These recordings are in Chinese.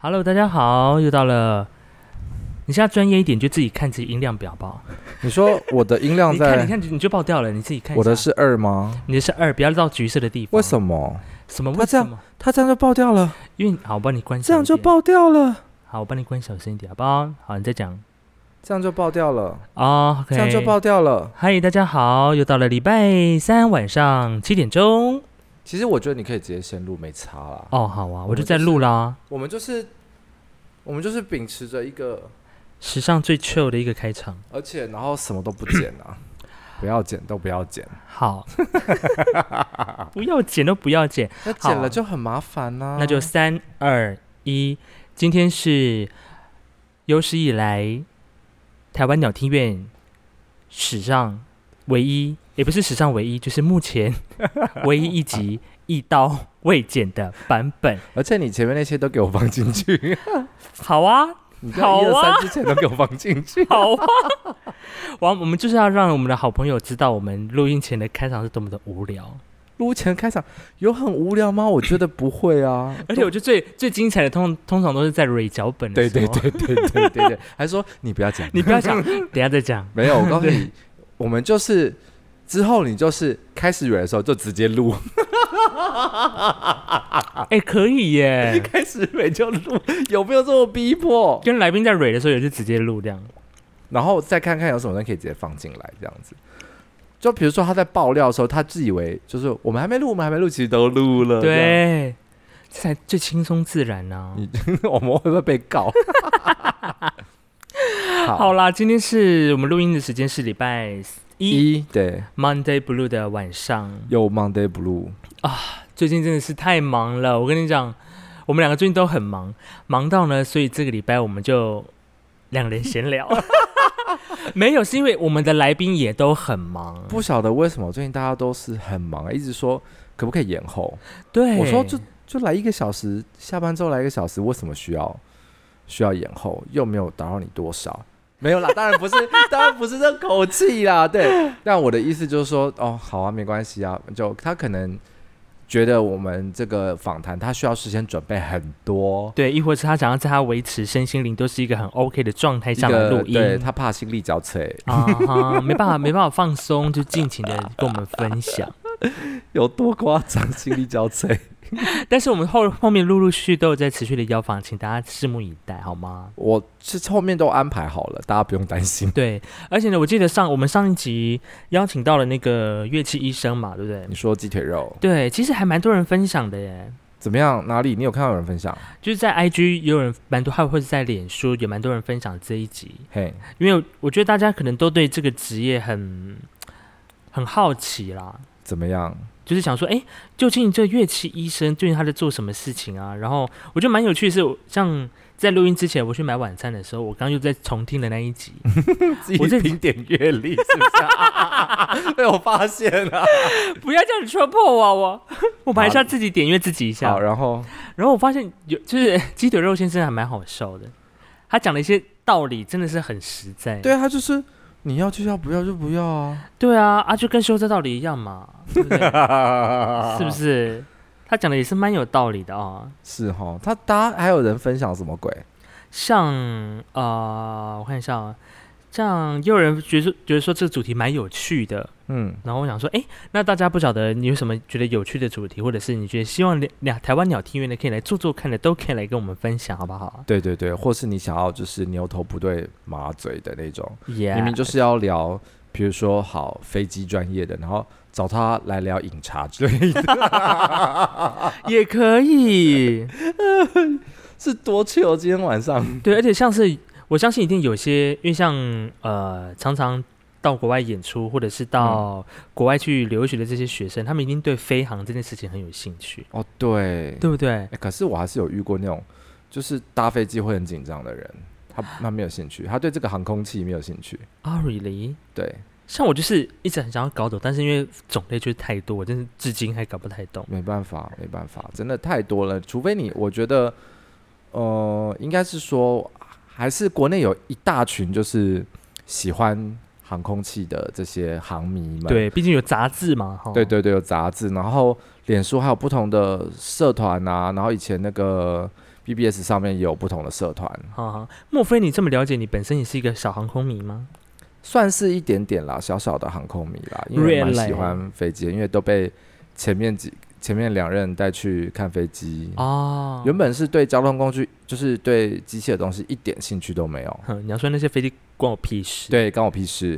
Hello， 大家好，又到了。你现在专业一点，就自己看自己音量表好不好？ 你说我的音量在？ 你看，你就爆掉了，你自己看一下。 我的是2吗？ 你的是2，不要到橘色的地方。 为什么？ 什么？为什么？ 它这样就爆掉了。 因为好，我帮你关小。 这样就爆掉了。 好，我帮你关小声一点，好不好？好，你再讲。 这样就爆掉了。 哦、okay 这样就爆掉了。 嗨，大家好，又到了礼拜3晚上7点钟。 其实我觉得你可以直接先录，没差啦。 哦，好啊，我就在录啦。 我们就是秉持着一个史上最 chill 的一个开场， 而且然后什么都不剪啊，不要剪都不要剪。 好，不要剪都不要剪， 那剪了就很麻烦啊。 那就3、2、1，今天是有史以来台湾鸟听院史上唯一，也不是史上唯一，就是目前唯一一集一刀未剪的版本。 而且你前面那些都给我放进去。 好啊， 你看1、2、3之前都给我放进去。 好啊，我们就是要让我们的好朋友知道，我们录音前的开场是多么的无聊。 录前开场有很无聊吗？我觉得不会啊。 而且我觉得最精彩的通常都是在蕊脚本的时候。 对，还说你不要讲， 你不要讲，等一下再讲。 没有，我告诉你，我们就是之后你就是开始蕊的时候就直接录。 哎、可以耶！ 开始蕊就录，有没有这么逼迫？ 跟来宾在蕊的时候也是直接录这样， 然后再看看有什么人可以直接放进来，这样子。就比如说他在爆料的时候，他自以为就是我们还没录，其实都录了。 对，这才最轻松自然啊！ 我们会不会被告？ 好啦，今天是我们录音的时间是礼拜一， 对 Monday Blue 的晚上。 有 Monday Blue 啊，最近真的是太忙了。我跟你讲，我们2个最近都很忙，忙到呢，所以这个礼拜我们就2人闲聊。没有，是因为我们的来宾也都很忙。 不晓得为什么最近大家都是很忙，一直说可不可以延后。 对， 我说就来1个小时，下班之后来1个小时，为什么需要延后？又没有打扰你多少。没有啦，当然不是这口气啦。对，但我的意思就是说，哦，好啊，没关系啊。就他可能觉得我们这个访谈他需要事先准备很多， 对，亦或是他想要在他维持身心灵都是一个很 OK 的状态下来录音， 对，他怕心力交瘁啊，没办法放松，就尽情的跟我们分享。 有多夸张？心力交瘁。 但是我们后面陆续都有在持续的邀访，请大家拭目以待，好吗？ 我是后面都安排好了，大家不用担心。 对，而且呢，我记得我们上一集邀请到了那个乐器医生嘛，对不对？ 你说鸡腿肉， 对，其实还蛮多人分享的耶。 怎么样？哪里？你有看到有人分享？ 就是在 IG 有人蛮多，还有或者在脸书有蛮多人分享这一集。 嘿， 因为我觉得大家可能都对这个职业很好奇啦。 怎么样？ 就是想说，究竟这乐器医生究竟他在做什么事情啊？然后我觉得蛮有趣的是，像在录音之前，我去买晚餐的时候，我刚刚又在重听了那一集， 我在评点阅历，是不是？被我发现了， 不要这样戳破我们还是要自己点阅自己一下。 好，然后我发现就是鸡腿肉先生还蛮好笑的，他讲的一些道理真的是很实在。 对，他就是你要就要，不要就不要啊。 对啊，就跟修这道理一样嘛，对不对？是不是？他讲的也是蛮有道理的啊。 是齁，大家还有人分享什么鬼？ 像我看一下啊，这样也有人觉得说这个主题蛮有趣的，然后我想说，那大家不晓得你有什么觉得有趣的主题，或者是你觉得希望台湾鸟听院的可以来做看的，都可以来跟我们分享，好不好？ 对对对，或是你想要就是牛头不对马嘴的那种， Yeah. 明明就是要聊，比如说好飞机专业的，然后找他来聊饮茶之类的， 也可以， 是多chill今天晚上。 对，而且像是我相信一定有些，因为像常常到国外演出，或者是到国外去留学的这些学生，他们一定对飞航这件事情很有兴趣。 哦，对， 对不对？ 可是我还是有遇过那种，就是搭飞机会很紧张的人，他没有兴趣，他对这个航空器没有兴趣。 Really？ 对， 像我就是一直很想要搞懂，但是因为种类就是太多，我真是至今还搞不太懂。 没办法，真的太多了。除非我觉得，应该是说，还是国内有一大群就是喜欢航空器的这些航迷们。 对，毕竟有杂志嘛。 对对对，有杂志，然后脸书还有不同的社团啊，然后以前那个 BBS 上面也有不同的社团。 莫非你这么了解，你本身也是一个小航空迷吗？ 算是一点点啦，小小的航空迷啦，因为蛮喜欢飞机的，因为都被前面2任带去看飞机哦。原本是对交通工具，就是对机械的东西一点兴趣都没有。 你要说那些飞机关我屁事？ 对，关我屁事。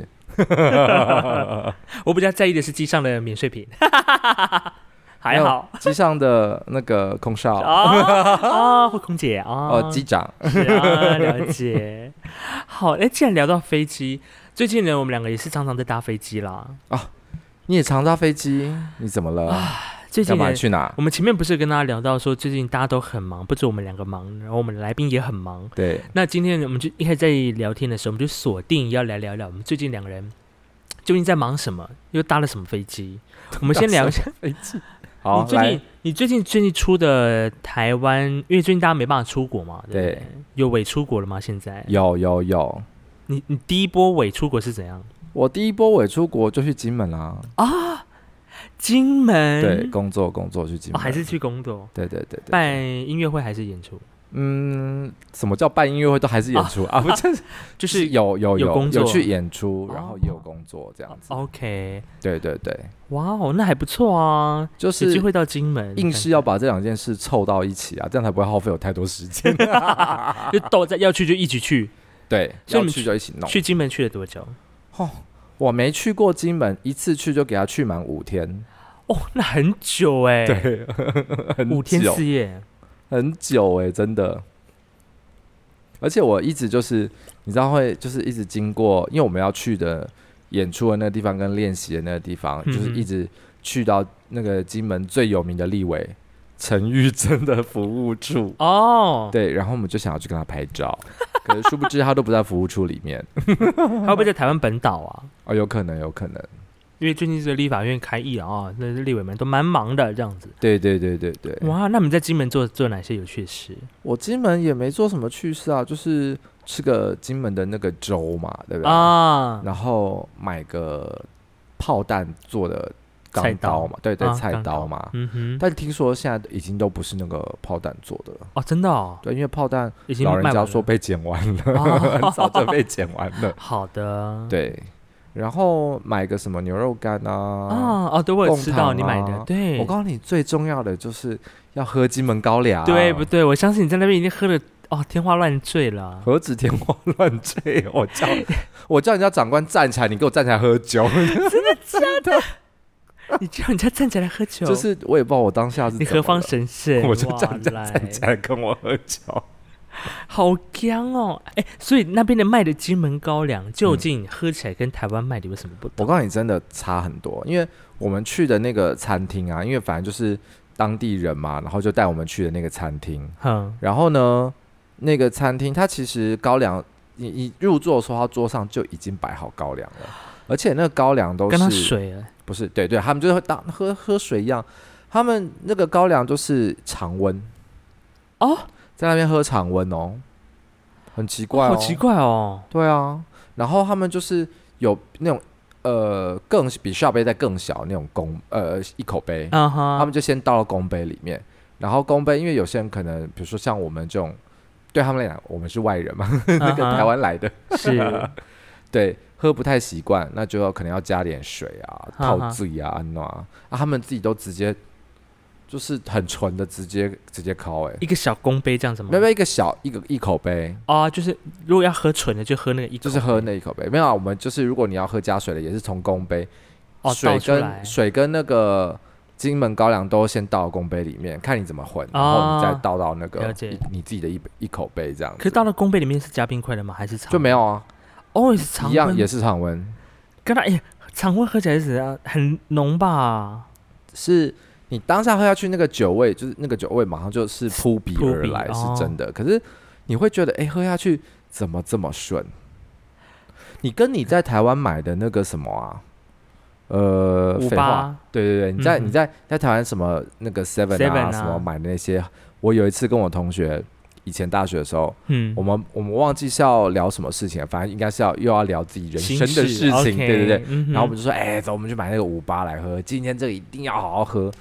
我比较在意的是机上的免税品。还好， 机上的那个空少或空姐机长是啊，了解。好，既然聊到飞机，最近呢，我们2个也是常常在搭飞机啦。 你也常搭飞机？你怎么了？ 最近干嘛去哪？ 我们前面不是跟大家聊到说，最近大家都很忙，不止我们2个忙，然后我们的来宾也很忙。 对。 那今天我们就一开始在聊天的时候，我们就锁定要来聊聊我们最近2个人究竟在忙什么，又搭了什么飞机。我们先聊一下飞机。好， 你最近出的台湾，因为最近大家没办法出国嘛，对不对？有伪出国了吗？现在有。 你第一波伪出国是怎样？ 我第一波伪出国就去金门啦。 金门对，工作去金门。 还是去工作？ 对。 办音乐会还是演出？ 什么叫办音乐会都还是演出不是，就是有工作， 有去演出，然后也有工作这样子。 OK， 对。 哇哦，那还不错啊， 就是有机会到金门， 硬是要把这2件事凑到一起啊，这样才不会耗费我太多时间。 就要去就一起去。 对， 所以要去就一起弄。 去金门去了多久？ 我没去过金门，一次去就给他去满5天。 那很久哎。 对，很久 5天4夜。 很久真的。而且我一直就是你知道会就是一直经过，因为我们要去的演出的那个地方跟练习的那个地方，就是一直去到那个金门最有名的立委陈玉珍的服务处对，然后我们就想要去跟他拍照，可是殊不知他都不在服务处里面。 他会不会在台湾本岛啊？ 有可能。 因为最近这个立法院开议了那立委们都蛮忙的这样子。 对。 哇，那你们在金门做哪些有趣的事？ 我金门也没做什么趣事啊，就是吃个金门的那个粥嘛，对不对？然后买个炮弹做的钢刀嘛，对，菜刀嘛。但听说现在已经都不是那个炮弹做的了。 真的对，因为炮弹老人家说被剪完了，很早就被剪完了。 好的。 对。然后买个什么牛肉干对，我有吃到你买的。对， 我告诉你，最重要的就是要喝金门高粱， 对不对？我相信你在那边已经喝了天花乱坠了。 何止天花乱坠，我叫人家长官站起来，你给我站起来喝酒。真的假的？你叫人家站起来喝酒？ 就是我也不知道我当下是你何方神圣， 我就叫人家站起来跟我喝酒。 好香所以那边的卖的金门高粱究竟喝起来跟台湾卖的有什么不同？ 我告诉你，真的差很多。因为我们去的那个餐厅因为反正就是当地人嘛，然后就带我们去的那个餐厅。然后呢，那个餐厅它其实高粱，你入座的时候，它桌上就已经摆好高粱了，而且那个高粱都是跟它水了， 不是？对，他们就会当喝水一样，他们那个高粱就是常温在那边喝常温很奇怪好奇怪对啊，然后他们就是有那种更比下杯再更小那种一口杯，他们就先倒到公杯里面，然后公杯因为有些人可能比如说像我们这种，对他们来讲我们是外人嘛，那个台湾来的是对，喝不太习惯，那就可能要加点水套水他们自己都直接就是很纯的直接烤一个小公杯这样子吗？ 没有一个小一口杯就是如果要喝纯的就喝那个一口杯， 就是喝那一口杯。没有我们就是如果你要喝加水的也是从公杯水跟那个金门高粱都先倒到公杯里面，看你怎么混，然后你再倒到那个你自己的一口杯这样子。 可是倒到公杯里面是加冰块的吗？还是常温？ 就没有也是常温， 一样也是常温。 跟它常温喝起来是怎样？很浓吧？ 是你当下喝下去那个酒味，就是那个酒味马上就是扑鼻而来，是真的。可是你会觉得喝下去怎么这么顺？你跟你在台湾买的那个什么废话，对，你在台湾什么那个 Seven 什么买的那些，我有一次跟我同学以前大学的时候，我们忘记是要聊什么事情，反正应该是又要聊自己人生的事情，对，然后我们就说，走，我们去买那个58来喝，今天这个一定要好好喝。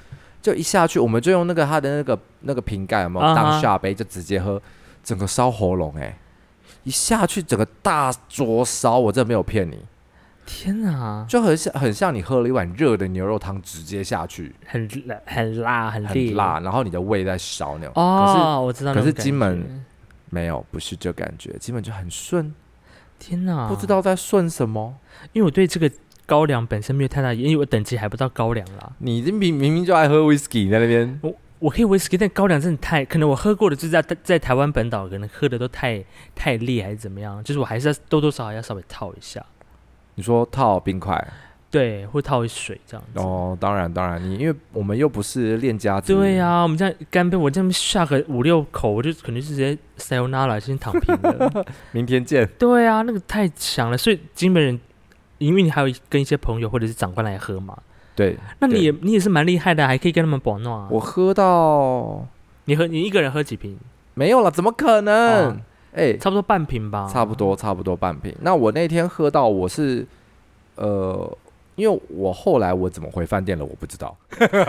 就一下去，我们就用他的那个瓶盖有没有当下杯就直接喝，整个烧喉咙一下去整个大灼烧，我真的没有骗你。 天哪， 就很像你喝了一碗热的牛肉汤直接下去， 很辣很辣，然后你的胃在烧那种。 我知道。 可是金门没有，不是这感觉，金门就很顺。 天哪， 不知道在顺什么。 因为我对这个高粱本身没有太大，因为我等级还不到高粱啦。 你明明就爱喝 whisky 在那边。 我可以 whisky， 但高粱真的可能我喝过的就是在台湾本岛可能喝的都太烈还是怎么样，就是我还是要多多少少要稍微套一下。 你说套冰块？ 对，或套水这样子。 当然，因为我们又不是练家子。 对啊，我们这样干杯，我这样下个5-6口，我就可能就直接 sayonara 先躺平了。 明天见。 对啊，那个太强了，所以金门人，因为你还有跟一些朋友或者是长官来喝嘛。 对， 那你也是蛮厉害的，还可以跟他们保暖啊。 我喝到你一个人喝几瓶？ 没有了，怎么可能？ 差不多半瓶吧。 差不多半瓶。那我那天喝到我是因为我后来我怎么回饭店了，我不知道。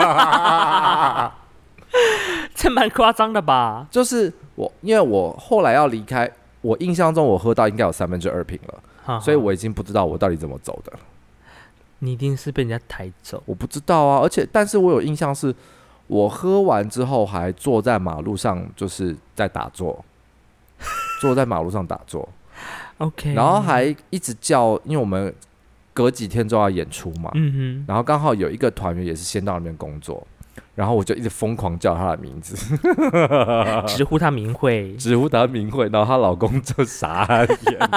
这蛮夸张的吧？ 就是因为我后来要离开，我印象中我喝到应该有2/3瓶了，所以我已经不知道我到底怎么走的。 你一定是被人家抬走。 我不知道啊，但是我有印象是，我喝完之后还坐在马路上，就是在打坐，坐在马路上打坐。 OK， 然后还一直叫，因为我们隔几天就要演出嘛，然后刚好有一个团员也是先到那边工作，然后我就一直疯狂叫他的名字， 直呼他名讳， 然后她老公就傻眼。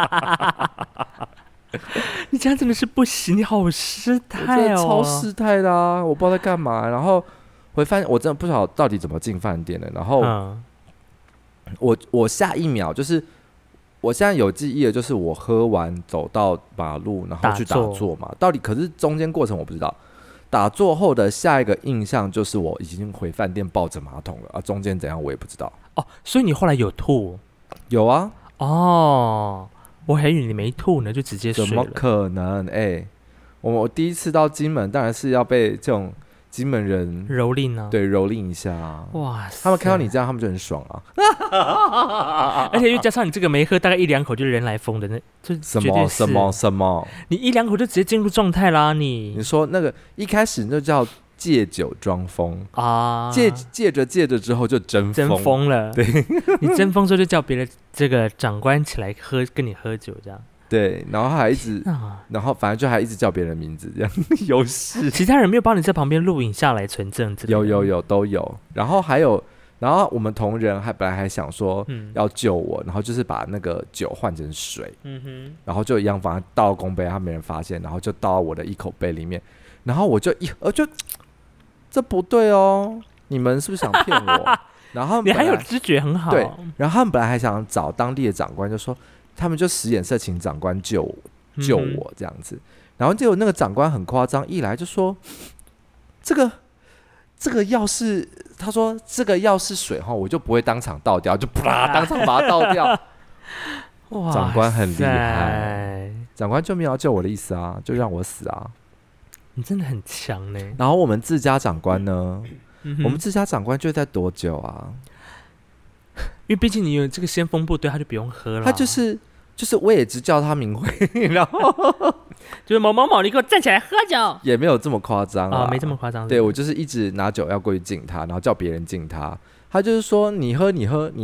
你这样真的是不行，你好失态哦！ 超失态的啊！我不知道在干嘛。然后回饭店，我真的不知道到底怎么进饭店的。然后我下一秒就是我现在有记忆的，就是我喝完走到马路，然后去打坐嘛。到底可是中间过程我不知道。打坐后的下一个印象就是我已经回饭店抱着马桶了啊，中间怎样我也不知道。 哦，所以你后来有吐？ 有啊。 哦。我还以为你没吐呢，就直接睡了。 怎么可能？我第一次到金门，当然是要被这种金门人蹂躏啊， 对，蹂躏一下啊。 哇， 他们看到你这样，他们就很爽啊。 而且又加上你这个没喝大概1-2口就是人来疯的，那就什么？ 你1-2口就直接进入状态啦！你说那个一开始那叫借酒装疯啊，借着之后就真疯了。对，你真疯之后就叫别的这个长官起来跟你喝酒这样。 对，然后还一直，然后反正就还一直叫别人名字这样。有事？ 其他人没有帮你在旁边录影下来存证之类的？ 有都有。然后我们同仁本来还想说要救我，然后就是把那个酒换成水，然后就一样把它倒到公杯，他没人发现，然后就倒到我的一口杯里面，然后我就这不对哦，你们是不是想骗我？然后你还有知觉很好。 对，然后他们本来还想找当地的长官，就说他们就使眼色请长官救我这样子。然后结果那个长官很夸张，一来就说这个要是他说这个要是水我就不会当场倒掉，就啪当场把它倒掉。哇，长官很厉害，长官就没有要救我的意思啊，就让我死啊。 你真的很强呢。 然后我们自家长官呢？我们自家长官就在多久啊？ 因为毕竟你有这个先锋部队，他就不用喝了。 他就是我也只叫他名讳，然后就是某某某，你给我站起来喝酒， 也没有这么夸张啊， 没这么夸张。 对，我就是一直拿酒要过去敬他，然后叫别人敬他，他就是说你喝，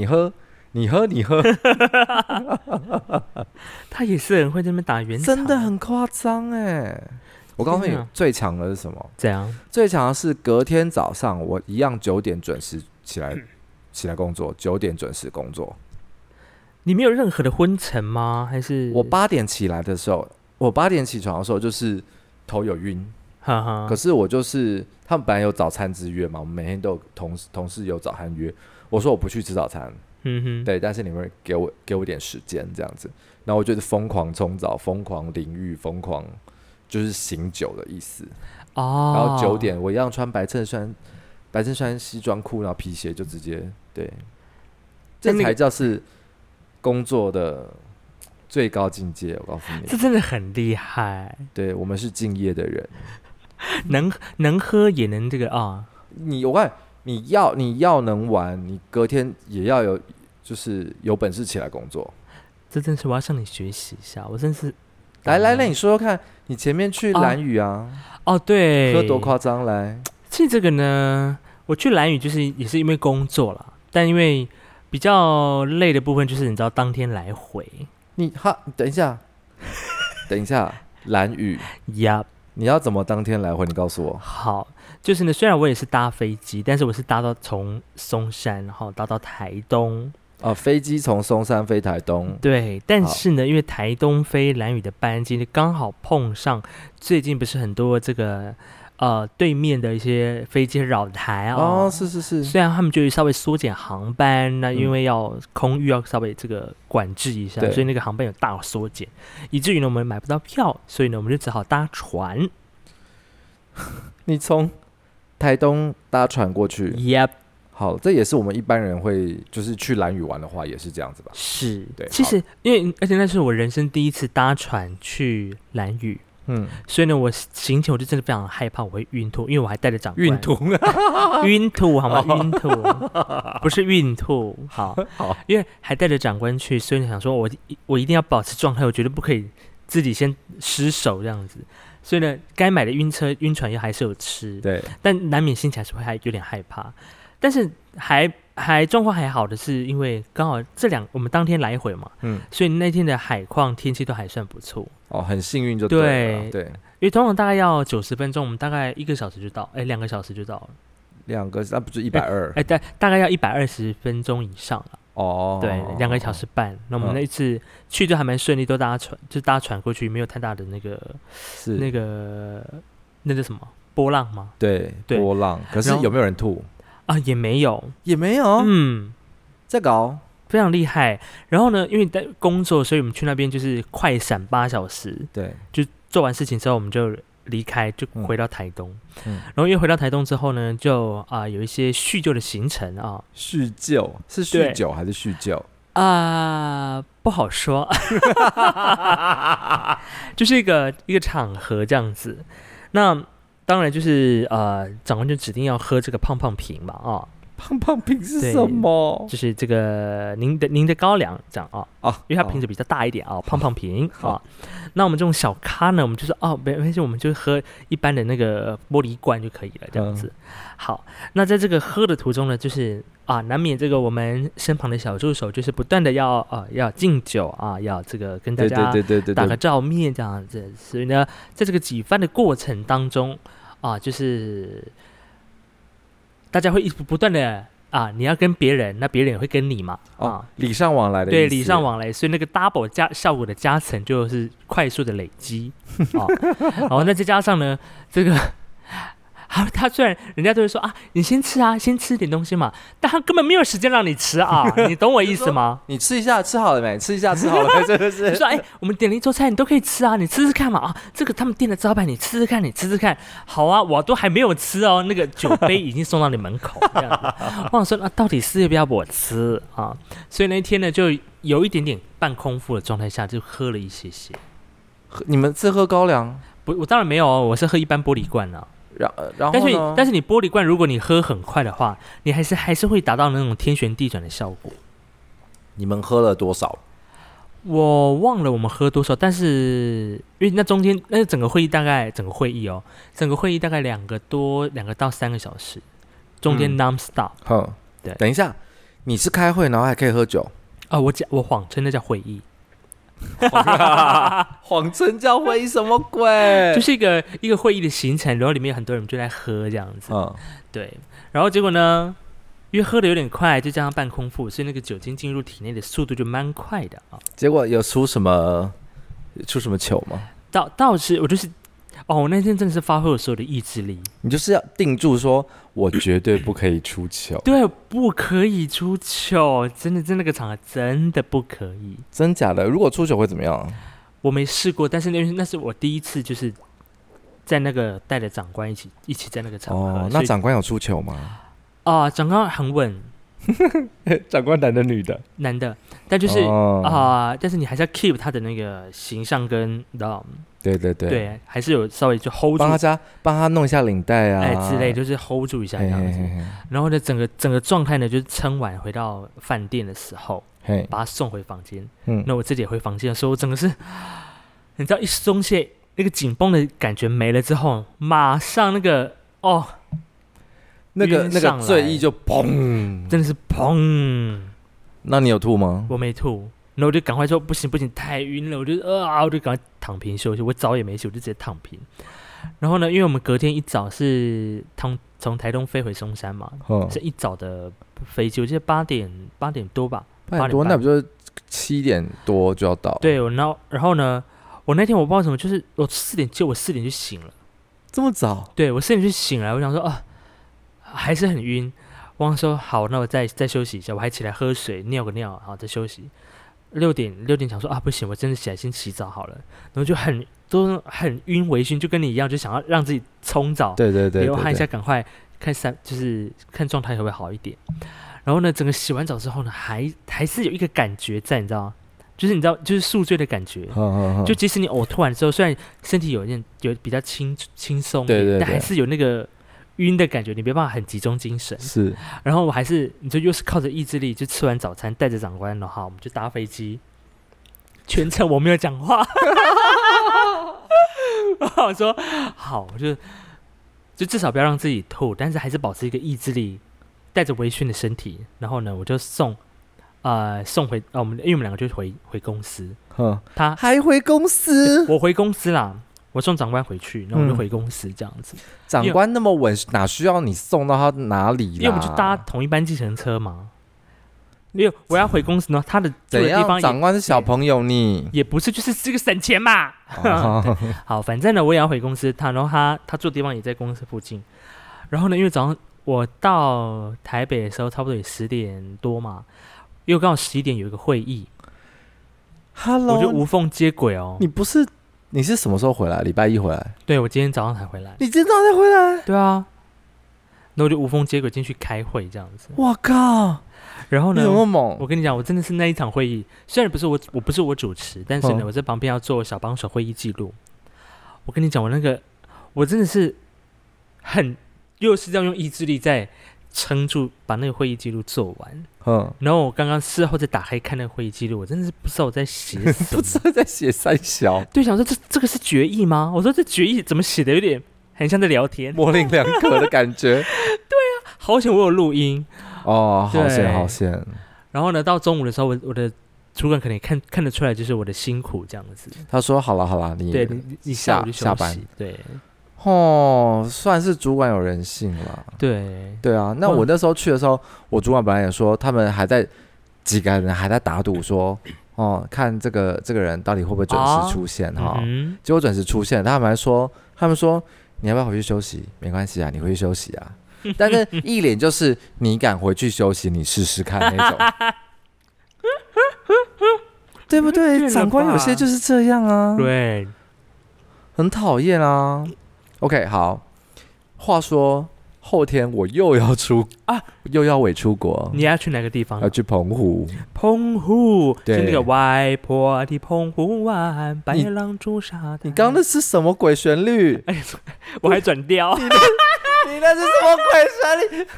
他也是很会在那边打圆场， 真的很夸张我告诉你，最强的是什么？ 怎样？ 最强的是隔天早上，我一样9点准时起来工作，9点准时工作。 你没有任何的昏沉吗？还是我8点起来的时候，我8点起床的时候就是头有晕，可是我就是他们本来有早餐之约嘛，我们每天都有同事有早餐约，我说我不去吃早餐，对，但是你们给我点时间这样子，然后我就是疯狂冲澡，疯狂淋浴，疯狂。就是醒酒的意思然后9点我一样穿白衬衫西装裤，然后皮鞋就直接对，这才叫是工作的最高境界。我告诉你， 这真的很厉害。 对，我们是敬业的人， 能喝也能这个我看你要能玩，你隔天也要有，就是有本事起来工作。 这真是我要向你学习一下，我真是。 来，那你说说看，你前面去兰屿啊？ 哦，对， 喝多夸张来。 其实这个呢，我去兰屿就是也是因为工作啦，但因为比较累的部分就是你知道当天来回。 等一下，兰屿呀， 你要怎么当天来回？你告诉我。 好，就是呢，虽然我也是搭飞机，但是我是搭到从松山，然后搭到台东。 飞机从松山飞台东。 对，但是呢，因为台东飞兰屿的班机刚好碰上最近不是很多这个对面的一些飞机扰台是， 虽然他们就稍微缩减航班，那因为要空域要稍微这个管制一下，所以那个航班有大缩减，以至于呢我们买不到票，所以呢我们就只好搭船。 你从台东搭船过去 ？Yep。 好，这也是我们一般人会，就是去兰屿玩的话，也是这样子吧？ 是， 对。 其实而且那是我人生第一次搭船去兰屿，所以呢，我行前我就真的非常害怕我会晕吐，因为我还带着长官。晕吐好吗？晕吐不是孕吐，好，因为还带着长官去，所以想说我一定要保持状态，我绝对不可以自己先失手这样子。所以呢，该买的晕船药还是有吃， 对， 但难免心情还是会有点害怕。但是状况还好的是，因为刚好我们当天来回嘛，所以那天的海况天气都还算不错。 很幸运就对了。对， 因为通常大概要90分钟，我们大概1个小时就到，2个小时就到了。 那不就120？ 大概要120分钟以上了。对，2个小时半。那我们那一次去就还蛮顺利，都搭船过去，没有太大的那个叫什么波浪吗？ 对，波浪。可是有没有人吐？ 也没有， 在搞非常厉害。然后呢，因为在工作，所以我们去那边就是快闪8小时。 对， 就做完事情之后，我们就离开，就回到台东。然后因为回到台东之后呢，就有一些叙旧的行程啊。 叙旧是酗酒还是叙旧？ 不好说，就是一个场合这样子。那当然就是长官就指定要喝这个胖胖瓶嘛胖胖瓶是什么？ 就是这个您的高粱这样因为它瓶子比较大一点胖胖瓶那我们这种小咖呢，我们就是没关系，我们就喝一般的那个玻璃罐就可以了，这样子。好，那在这个喝的途中呢，就是难免这个我们身旁的小助手就是不断的要敬酒要这个跟大家打个照面这样子。所以呢，在这个几番的过程当中就是大家会一直不断的你要跟别人，那别人也会跟你嘛礼尚往来的意思。 对，礼尚往来，所以那个 double 效果的加成就是快速的累积然后那再加上呢这个他虽然人家都会说你先吃点东西嘛，但他根本没有时间让你吃你懂我意思吗？ 你吃一下，吃好了没？吃一下，吃好了没？是不是？ 就说我们点了一桌菜，你都可以吃你吃吃看嘛这个他们店的招牌，你吃吃看，好我都还没有吃那个酒杯已经送到你门口这样子。我想说到底是要不要我吃所以那一天呢，就有一点点半空腹的状态下，就喝了一些。 你们是喝高粱？ 不，我当然没有我是喝一般玻璃罐然后呢？ 但是你玻璃罐，如果你喝很快的话，你还是会达到那种天旋地转的效果。 你们喝了多少？ 我忘了我们喝多少，但是因为那中间整个会议大概整个会议大概2个到3个小时，中间 non stop。对， 等一下，你是开会然后还可以喝酒？ 我谎称那叫会议。 谎称叫会议什么鬼？ 就是一个会议的行程，然后里面有很多人就在喝这样子。对，然后结果呢，因为喝的有点快，就加上半空腹，所以那个酒精进入体内的速度就蛮快的结果有出什么糗吗？ 倒是我就是我那天真的是发挥我所有的意志力。 你就是要定住说，我绝对不可以出糗。 对，不可以出糗，真的在那个场合真的不可以。 真假的？如果出糗会怎么样？ 我没试过，但是那是我第一次，就是在那个带着长官一起在那个场合。 那长官有出糗吗？ 长官很稳。 长官男的女的？ 男的，但就是但是你还是要 keep 他的那个形象跟对对对， 对，还是有稍微就 hold 住， 帮他弄一下领带啊， 之类，就是 hold 住一下这样子。然后呢，整个状态呢，就是撑完回到饭店的时候，把他送回房间。那我自己也回房间的时候，我整个是，你知道，一松懈，那个紧绷的感觉没了之后，马上那个那个醉意就砰， 真的是砰。 那你有吐吗？ 我没吐。然后我就赶快说不行，太晕了，我就赶快躺平休息。我澡也没洗，我就直接躺平。然后呢，因为我们隔天一早是从台东飞回松山嘛，是一早的飞机，我记得8点多吧，8点多， 那不就7点多就要到？ 对，然后呢，我那天我不知道什么，就是我4点就醒了， 这么早？ 对，我4点就醒了，我想说还是很晕。我说好，那我再休息一下，我还起来喝水，尿个尿，然后再休息。6点想说不行，我真的起来先洗澡好了，然后就都很晕微醺，就跟你一样，就想要让自己冲澡， 对， 流汗一下，赶快就是看状态会不会好一点。然后呢，整个洗完澡之后呢，还是有一个感觉在，你知道吗？就是宿醉的感觉，就即使你呕吐完之后，虽然身体有比较轻松，对，但还是有那个晕的感觉，你没办法很集中精神。 是，然后我还是你就又是靠着意志力，就吃完早餐带着长官，然后我们就搭飞机，全程我没有讲话。然后我说好，我就至少不要让自己吐，但是还是保持一个意志力，带着微醺的身体。然后呢，我就送回因为我们两个就回公司。 他还回公司？ 我回公司啦。我送长官回去，然后我就回公司这样子。 长官那么稳，哪需要你送到他哪里啦？ 因为我们就搭同一班计程车嘛。因为我要回公司呢，他的住的地方长官是小朋友你也不是，就是这个省钱嘛。好，反正呢我也要回公司，然后他住的地方也在公司附近。然后呢，因为早上我到台北的时候差不多也10点多嘛，因为刚好11点有一个会议。 Hello， 我就无缝接轨哦。 你是什么时候回来？礼拜1回来？ 对，我今天早上才回来。 你今天早上才回来？ 对啊。那我就无缝接轨进去开会这样子。 哇靠！ 然后呢？ 你怎么猛？ 我跟你讲，我真的是那一场会议，虽然不是我主持，但是呢，我在旁边要做小帮手会议记录。我跟你讲，我真的是又是要用意志力在撑住把那个会议记录做完。然后我刚刚事后再打开看那个会议记录，我真的是不知道我在写什么， 不知道在写三小。 对，想说这个是决议吗？我说这决议怎么写的有点很像在聊天， 模棱两可的感觉。 对啊，好险我有录音哦，好险。 然后呢，到中午的时候，我的主管可能也看得出来，就是我的辛苦这样子。 他说：“好了， 你下午就休息。” 下班。 对。 算是主管有人性了。对啊，那我那时候去的时候，我主管本来也说，他们几个人还在打赌说，看这个人到底会不会准时出现结果准时出现，他们说你要不要回去休息？没关系啊，你回去休息啊。但是一脸就是你敢回去休息，你试试看那种，对不对？长官有些就是这样啊， 对， 很讨厌啊。OK， 好。话说后天我又要伪出国。 你要去哪个地方？ 要去澎湖。 澎湖， 对， 是那个外婆的澎湖湾，白浪逐沙滩。 你刚刚那是什么鬼旋律？ 我还转调。 你那是什么鬼旋律？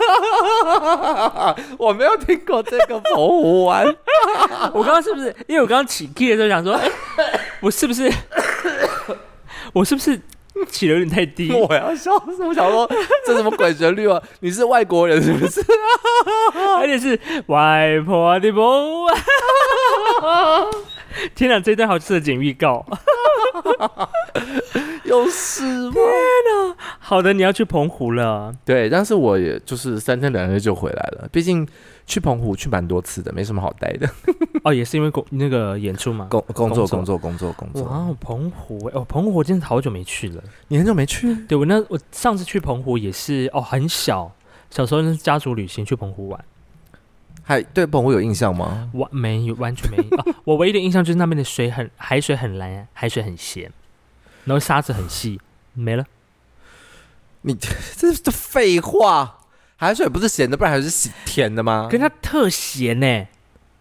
我没有听过这个澎湖湾。 我刚刚是不是？因为我刚刚起 key 的时候想说，我是不是起得有点太低？ 我要笑死！我想说，这什么鬼旋律啊？你是外国人是不是？ 而且是外婆的澎湖湾。天哪，这段好适合剪预告。 有事吗？ 天哪！好的，你要去澎湖了。 对，但是我也就是3天2夜就回来了。毕竟去澎湖去蛮多次的，没什么好待的。 也是因为那个演出嘛， 工作。 哇，澎湖澎湖我真的好久没去了。 你很久没去？ 对，我上次去澎湖也是很小时候，那是家族旅行去澎湖玩。 还对澎湖有印象吗？ 没有，完全没有。我唯一的印象就是那边的海水很蓝，海水很咸，然后沙子很细，没了。 你这是废话，海水不是咸的，不然还是甜的吗？ 可是它特咸呢，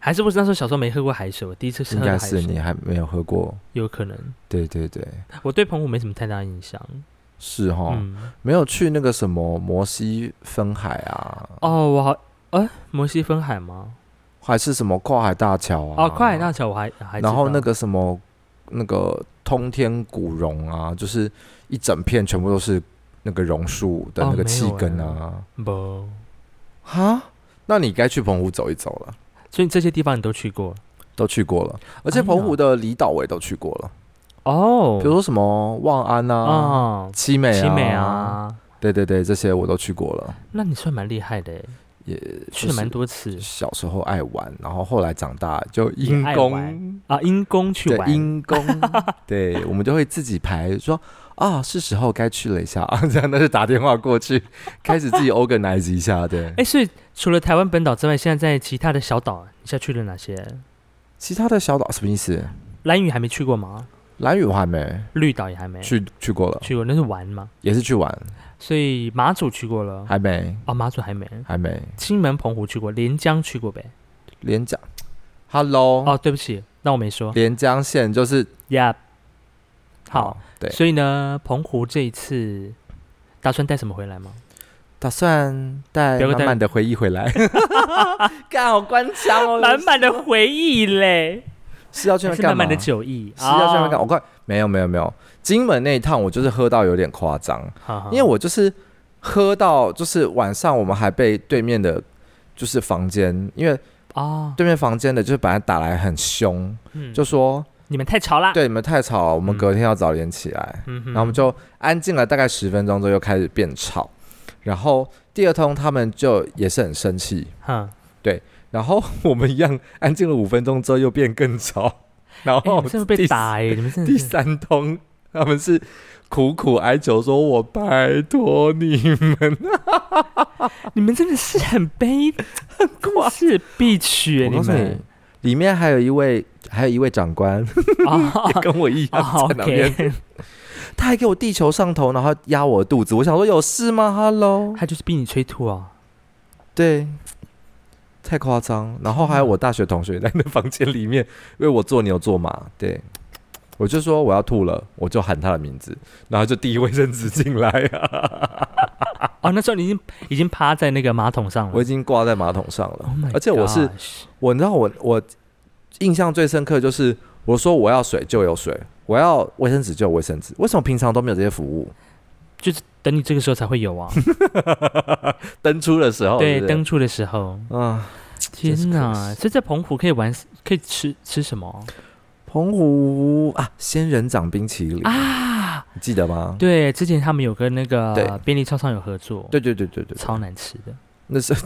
还是我那时候小时候没喝过海水，我第一次喝应该海水， 是你还没有喝过。 有可能。 对对对， 我对澎湖没什么太大印象。 是齁，没有去那个什么摩西分海啊？ 哦，摩西分海吗？ 还是什么跨海大桥啊？ 哦，跨海大桥我还知道。 然后那个什么那个通天古榕啊，就是一整片全部都是那个榕树的那个气根啊。 不， 哈，那你该去澎湖走一走了。 所以这些地方你都去过？ 都去过了，而且澎湖的离岛我也都去过了。 哦， 比如说什么望安啊、七美啊，对对对，这些我都去过了。 那你算蛮厉害的耶， 也去了蛮多次。 小时候爱玩，然后后来长大就因公啊，因公去玩， 因公，对，我们就会自己排说啊，是时候该去了一下啊，这样那就打电话过去，开始自己 organize 一下，对。 哎，所以除了台湾本岛之外，现在在其他的小岛，你现在去了哪些？ 其他的小岛什么意思？ 兰屿还没去过吗？ 兰屿我还没， 绿岛也还没去过了， 去过那是玩吗？ 也是去玩。 所以马祖去过了， 还没哦，马祖还没。 金门、澎湖去过，连江去过呗。 连江 ，Hello， 哦，对不起，那我没说。 连江县就是 ，Yeah， 好， 对。 所以呢，澎湖这一次打算带什么回来吗？ 打算带满满的回忆回来。干好官腔哦， 满满的回忆嘞。 是要去那干嘛？ 满满的酒意， 是要去那干嘛？我看没有，金门那一趟我就是喝到有点夸张，因为我就是喝到就是晚上我们还被对面的，就是房间，因为对面房间的就是本来打来很凶，就说你们太吵啦， 对，你们太吵，我们隔天要早点起来，然后我们就安静了大概10分钟之后又开始变吵，然后第二通他们就也是很生气，对。然后我们一样安静了5分钟之后又变更吵，然后你们被打你们第3通他们是苦苦哀求说：“我拜托你们。” 你们真的是很悲，很是必须。我告诉你， 里面还有一位长官，也跟我一样在那边。他还给我地球上头，然后压我的肚子。我想说有事吗 ？Hello， 他就是逼你催吐啊。 对。太夸张，然后还有我大学同学在那房间里面为我做牛做马，对，我就说我要吐了，我就喊他的名字，然后就递卫生纸进来啊。 哦，那时候你已经趴在那个马桶上了， 我已经挂在马桶上了， Oh 而且我你知道我印象最深刻就是我说我要水就有水，我要卫生纸就有卫生纸，为什么平常都没有这些服务？ 就是等你这个时候才会有啊。 登出的时候， 对，登出的时候啊， 天哪！所以在澎湖可以玩，可以吃什么？ 澎湖啊，仙人掌冰淇淋啊，你记得吗？ 对，之前他们有跟那个便利超商有合作， 对， 超难吃的。 那是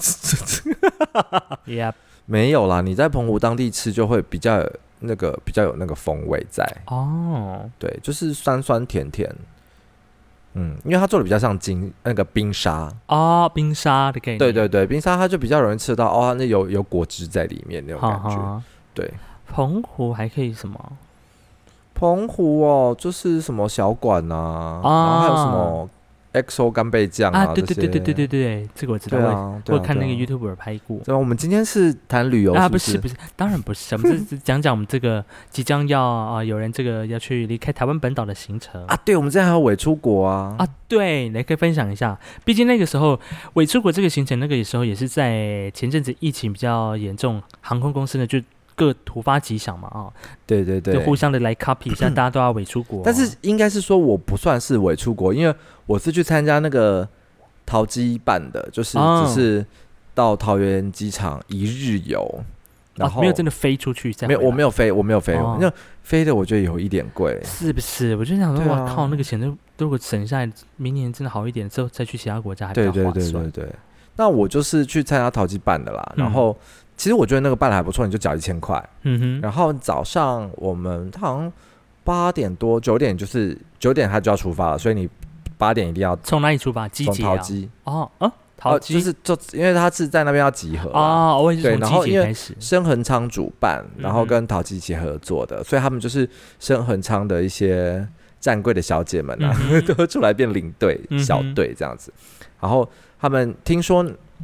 没有啦，你在澎湖当地吃就会比较有那个风味在哦。对，就是酸酸甜甜。因为它做的比较像那个冰沙哦，冰沙的概念。 对，冰沙它就比较容易吃到哦，那有果汁在里面那种感觉。对， 澎湖还可以什么？ 澎湖哦，就是什么小馆啊，然后还有什么 XO 干贝酱啊， 对，这个我知道。我看那个 YouTuber 拍过。 对，我们今天是谈旅游是不是？ 不是，当然不是。我们是讲我们这个即将要有人这个要去离开台湾本岛的行程啊。对，我们之前还有伪出国啊。 对，你可以分享一下。毕竟那个时候伪出国这个行程，那个时候也是在前阵子疫情比较严重，航空公司呢就各突发奇想嘛对， 就互相的来 copy 一下，大家都要伪出国。 但是应该是说我不算是伪出国，因为我是去参加那个桃机办的，就是只是到桃园机场1日游，然后没有真的飞出去。 没有，我没有飞，因为飞的我觉得有一点贵， 是不是？我就想说，哇靠，那个钱如果省下来，明年真的好一点之后再去其他国家还比较划算。 对。那我就是去参加桃机办的啦，然后。其实我觉得那个办的还不错，你就缴1000块，然后早上他好像8点多9点，就是9点他就要出发了，所以你8点一定要从哪里出发？从桃机桃机就因为他是在那边要集合我也是从机捷开始。 深恒昌主办，然后跟桃机一起合作的，所以他们就是深恒昌的一些站柜的小姐们啊，都出来变领队小队这样子，然后他们听说。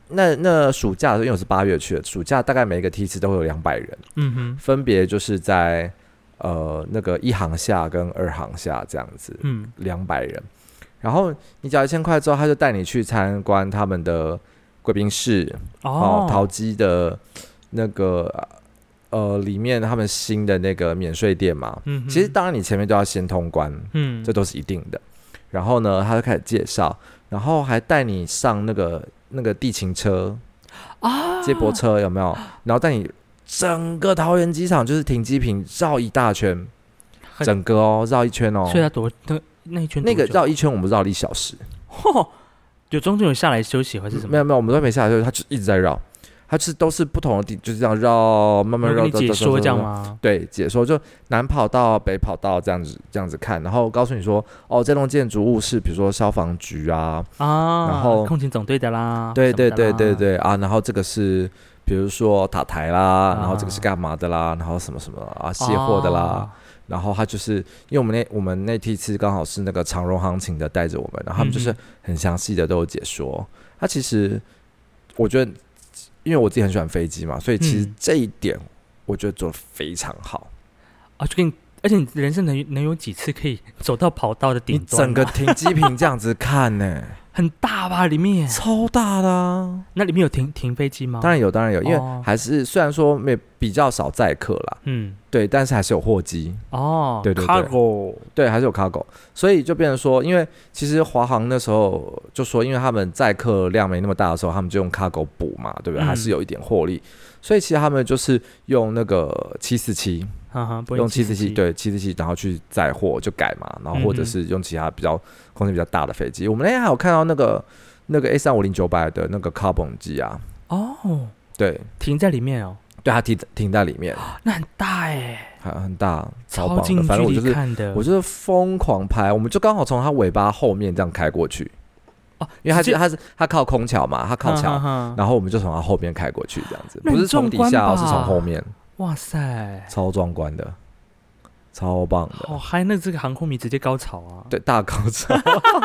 那暑假的时候，因为我是8月去的，暑假大概每一个梯次都会有200人，分别就是在那个1航下跟2航下这样子，200人。然后你缴1000块之后，他就带你去参观他们的贵宾室，陶机的那个里面他们新的那个免税店嘛。其实当然你前面都要先通关，这都是一定的。然后呢，他就开始介绍，然后还带你上那个地勤车接驳车有没有？然后带你整个桃园机场就是停机坪绕一大圈，整个绕一圈哦。 所以他那一圈那个绕一圈，我们绕了1小时。 有中间有下来休息还是什么？ 没有，我们都没下来休息，他就一直在绕。它都是不同的地，就是这样绕，慢慢绕。 解说这样吗？ 对，解说就南跑道、北跑道这样子看，然后告诉你说，这栋建筑物是比如说消防局啊，然后空勤总队的啦， 对啊，然后这个是比如说塔台啦，然后这个是干嘛的啦，然后什么什么啊卸货的啦。然后他就是因为我们那梯次刚好是那个长荣航勤的带着我们，然后他们就是很详细的都有解说。他其实我觉得，因为我自己很喜欢飞机嘛，所以其实这一点我觉得做得非常好啊！而且你人生能有几次可以走到跑道的顶端？ 你整个停机坪这样子看呢、 很大吧？里面超大的啊！ 那里面有停飞机吗？ 当然有，因为还是虽然说比较少载客啦，对，但是还是有货机对 cargo 对，还是有 cargo， 所以就变成说，因为其实华航那时候就说，因为他们载客量没那么大的时候，他们就用 cargo 补嘛，对不对？还是有一点获利，所以其实他们就是用那个747。用747对747，然后去载货就改嘛，然后或者是用其他比较空间比较大的飞机。我们那天还有看到那个 A350-900的那个 Carbon 机啊，对， 停在里面哦， 对，它停在里面， 那很大哎， 很大，超棒的。 反正我就是疯狂拍，我们就刚好从它尾巴后面这样开过去。因为它靠空桥嘛，它靠桥，然后我们就从它后面开过去，这样子，不是从底下，是从后面。哇塞，超壮观的，超棒的， 好嗨！那这个航空迷直接高潮啊！ 对，大高潮。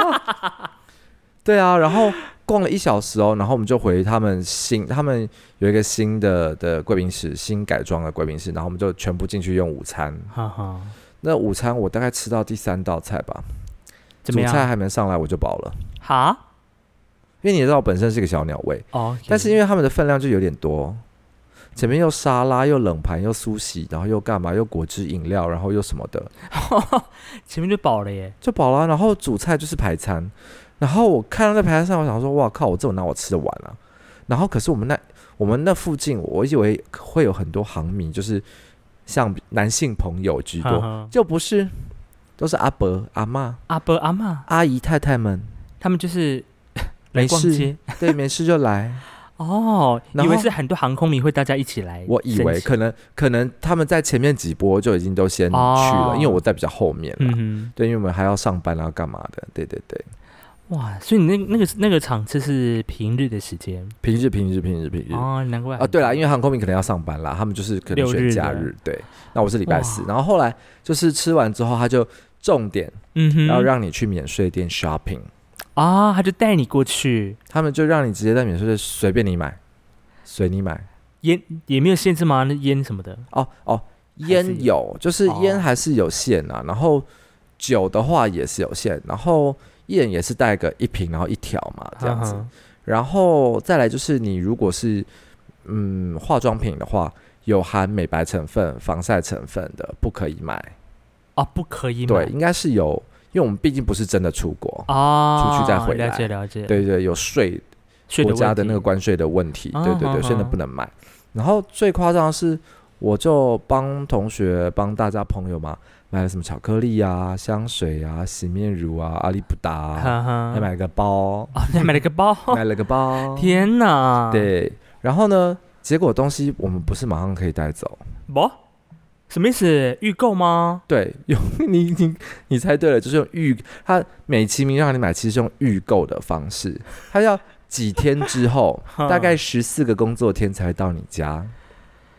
对啊，然后逛了1小时哦，然后我们就回他们有一个新的贵宾室，新改装的贵宾室，然后我们就全部进去用午餐。那午餐我大概吃到第3道菜吧，主菜还没上来我就饱了。因为你知道我本身是个小鸟胃但是因为他们的分量就有点多。前面又沙拉又冷盘又苏洗，然后又干嘛又果汁饮料，然后又什么的， 前面就饱了耶， 就饱了。然后主菜就是排餐，然后我看到那排餐上，我想说，哇靠，我这种哪我吃得完啊？然后可是我们那附近，我以为会有很多航迷，就是像男性朋友居多，就不是，都是阿伯阿嬷、阿姨太太们， 他们就是来逛街， 对，没事就来。 以为是很多航空迷会大家一起来， 我以为可能他们在前面几波就已经都先去了，因为我在比较后面了，对，因为我们还要上班啊，干嘛的，对。 哇，所以你那个场次是平日的时间， 平日难怪对啦，因为航空迷可能要上班啦，他们就是可能选假日，对，那我是礼拜4，然后后来就是吃完之后，他就重点，然后让你去免税店 shopping。 他就带你过去， 他们就让你直接在免税店随便你买，随你买， 烟也没有限制吗？那烟什么的？ 烟有，就是烟还是有限啊。然后酒的话也是有限，然后烟也是带个1瓶，然后1条嘛，这样子。然后再来就是你如果是化妆品的话，有含美白成分、防晒成分的不可以买不可以买， 对，应该是有。因为我们毕竟不是真的出国出去再回来， 了解， 对，有国家的那个关税的问题，对，所以不能买。然后最夸张的是，我就帮大家朋友嘛，买了什么巧克力啊、香水啊、洗面乳啊、阿里不达，还买了个包， 买了个包，天哪！ 对，然后呢，结果东西我们不是马上可以带走， 什么意思？预购吗？ 对，你猜对了，就是用他美其名让你买，其实是用预购的方式，他要几天之后，大概14个工作天才会到你家。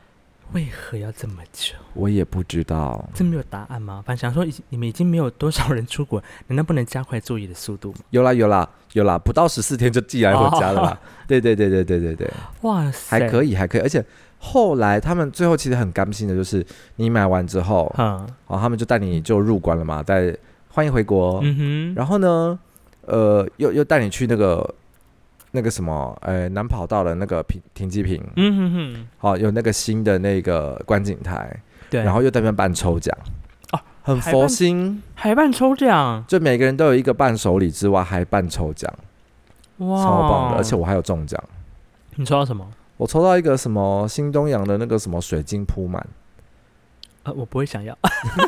为何要这么久？ 我也不知道， 这没有答案吗？反正想说你们已经没有多少人出国，难道不能加快作业的速度吗？ 有啦，不到14天就寄来我家了啦。对， 哇塞， 还可以，而且后来他们最后其实很甘心的，就是你买完之后，他们就带你就入关了嘛，欢迎回国。然后呢，又带你去那个什么，南跑道的那个停机坪，好，有那个新的那个观景台，对，然后又在那边办抽奖，很佛心， 还办抽奖， 就每个人都有一个伴手礼之外，还办抽奖，哇，超棒的，而且我还有中奖。 你抽到什么？ 我抽到一个什么新东阳的那个什么水晶铺满， 我不会想要。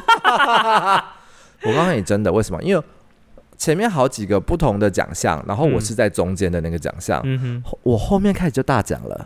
我告诉你真的，为什么？因为前面好几个不同的奖项，然后我是在中间的那个奖项，我后面开始就大奖了，